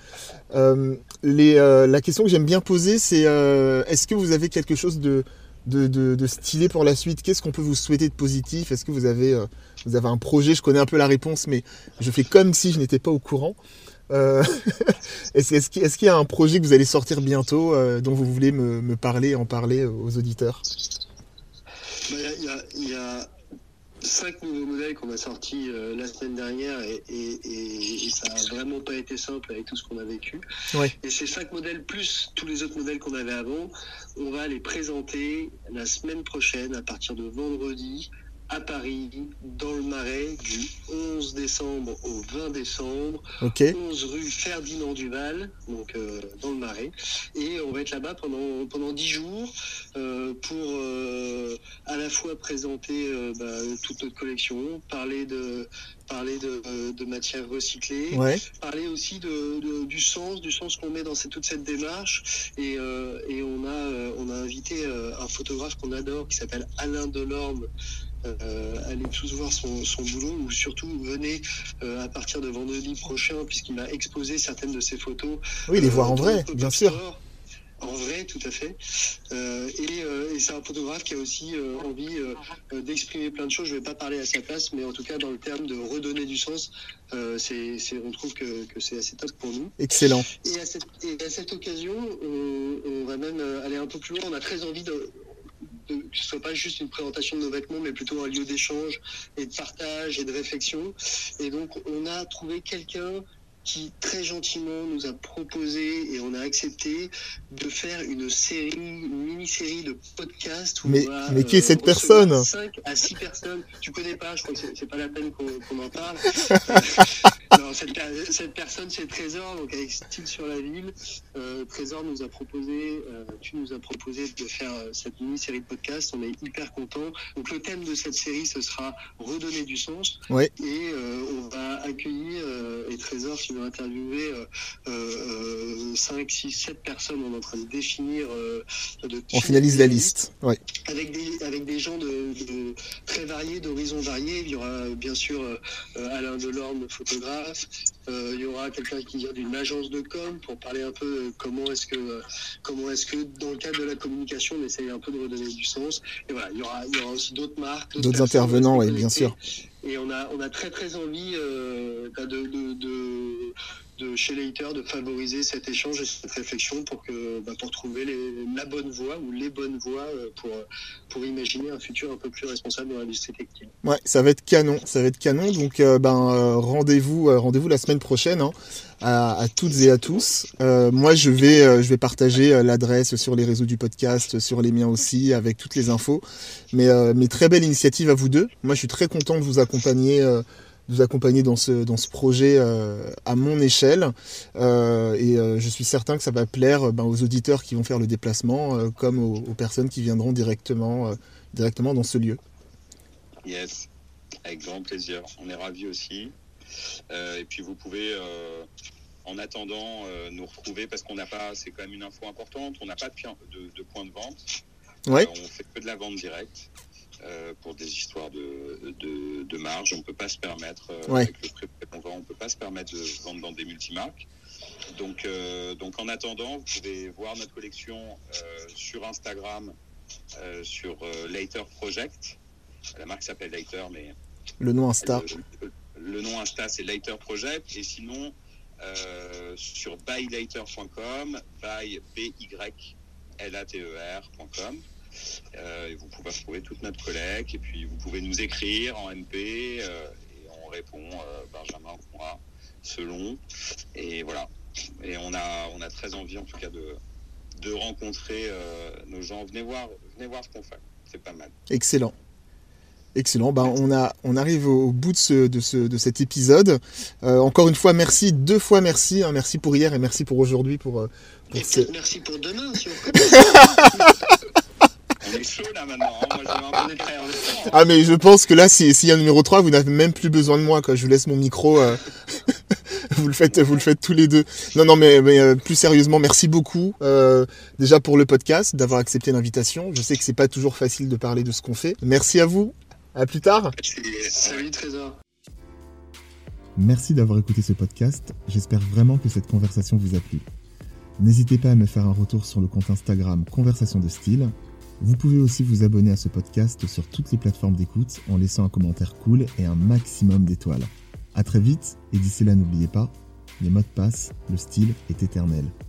La question que j'aime bien poser, c'est est-ce que vous avez quelque chose de stylé pour la suite? Qu'est-ce qu'on peut vous souhaiter de positif? Est-ce que vous avez un projet? Je connais un peu la réponse, mais je fais comme si je n'étais pas au courant. Est-ce qu'il y a un projet que vous allez sortir bientôt dont vous voulez me parler, en parler aux auditeurs? Il y a 5 nouveaux modèles qu'on a sortis la semaine dernière et ça a vraiment pas été simple avec tout ce qu'on a vécu. Ouais. Et ces 5 modèles plus tous les autres modèles qu'on avait avant, on va les présenter la semaine prochaine à partir de vendredi à Paris, dans le Marais, du 11 décembre au 20 décembre, Okay. 11 rue Ferdinand Duval, donc dans le Marais. Et on va être là-bas pendant 10 jours pour à la fois présenter toute notre collection, parler de matières recyclées, Ouais. parler aussi du sens qu'on met dans toute cette démarche. Et on a invité un photographe qu'on adore qui s'appelle Alain Delorme. Allez tous voir son boulot, ou surtout venez à partir de vendredi prochain, puisqu'il m'a exposé certaines de ses photos. Oui, les voir en vrai, bien sûr. En vrai, tout à fait. Et c'est un photographe qui a aussi envie d'exprimer plein de choses. Je ne vais pas parler à sa place, mais en tout cas, dans le terme de redonner du sens, on trouve que c'est assez top pour nous. Excellent. Et à cette occasion, on va même aller un peu plus loin. On a très envie que ce soit pas juste une présentation de nos vêtements, mais plutôt un lieu d'échange et de partage et de réflexion. Et donc, on a trouvé quelqu'un qui très gentiment nous a proposé, et on a accepté, de faire une mini-série de podcasts où mais qui est cette recevoir personne? 5 à 6 personnes. Tu connais pas, je crois que c'est pas la peine qu'on en parle. Non, cette personne, c'est Trésor, donc avec Style sur la ville. Trésor tu nous as proposé de faire cette mini-série de podcasts. On est hyper contents. Donc le thème de cette série, ce sera redonner du sens. Ouais. Et on va accueillir, et Trésor qui va interviewer 5, 6, 7 personnes. On est en train de définir. On finalise la liste. Ouais. Avec des gens de très variés, d'horizons variés. Il y aura bien sûr Alain Delorme, photographe. Il y aura quelqu'un qui vient d'une agence de com pour parler un peu comment est-ce que dans le cadre de la communication on essaye un peu de redonner du sens. Et voilà, il y aura aussi d'autres marques, d'autres intervenants, oui, bien sûr. Et on a très très envie de chez Later de favoriser cet échange et cette réflexion pour trouver la bonne voie ou les bonnes voies pour imaginer un futur un peu plus responsable dans l'industrie textile. Ouais, ça va être canon. Donc rendez-vous la semaine prochaine à toutes et à tous. Moi je vais partager l'adresse sur les réseaux du podcast, sur les miens aussi, avec toutes les infos. Mais très belle initiative à vous deux. Moi je suis très content de vous accompagner dans ce projet à mon échelle, et je suis certain que ça va plaire aux auditeurs qui vont faire le déplacement, comme aux personnes qui viendront directement dans ce lieu. Yes, avec grand plaisir. On est ravis aussi. Et puis vous pouvez, en attendant, nous retrouver, parce qu'on n'a pas, c'est quand même une info importante, on n'a pas de point de vente. Ouais. On fait que de la vente directe. Pour des histoires de marge, on peut pas se permettre, avec le prix qu'on vend, on peut pas se permettre de vendre dans des multimarques. Donc en attendant, vous pouvez voir notre collection sur Instagram, sur Later Project. La marque s'appelle Later, mais le nom Insta. Le nom Insta, c'est Later Project. Et sinon, sur buylater.com, buylater.com. Vous pouvez retrouver toute notre collecte, et puis vous pouvez nous écrire en MP et on répond, Benjamin ou moi, selon. Et voilà. Et on a très envie en tout cas de rencontrer nos gens. Venez voir ce qu'on fait. C'est pas mal. Excellent. On arrive au bout de cet épisode. Encore une fois, merci, 2 fois merci. Merci pour hier et merci pour aujourd'hui. Merci pour demain, si on On est chaud là maintenant, Moi je vais un peu d'écrire. Ah mais je pense que là, s'il y a un numéro 3, vous n'avez même plus besoin de moi, quoi. Je vous laisse mon micro. vous le faites tous les deux. Non, mais plus sérieusement, merci beaucoup déjà pour le podcast, d'avoir accepté l'invitation. Je sais que c'est pas toujours facile de parler de ce qu'on fait. Merci à vous. À plus tard. Salut Trésor. Merci d'avoir écouté ce podcast. J'espère vraiment que cette conversation vous a plu. N'hésitez pas à me faire un retour sur le compte Instagram Conversation de Style. Vous pouvez aussi vous abonner à ce podcast sur toutes les plateformes d'écoute en laissant un commentaire cool et un maximum d'étoiles. À très vite, et d'ici là n'oubliez pas, les mots de passe, le style est éternel.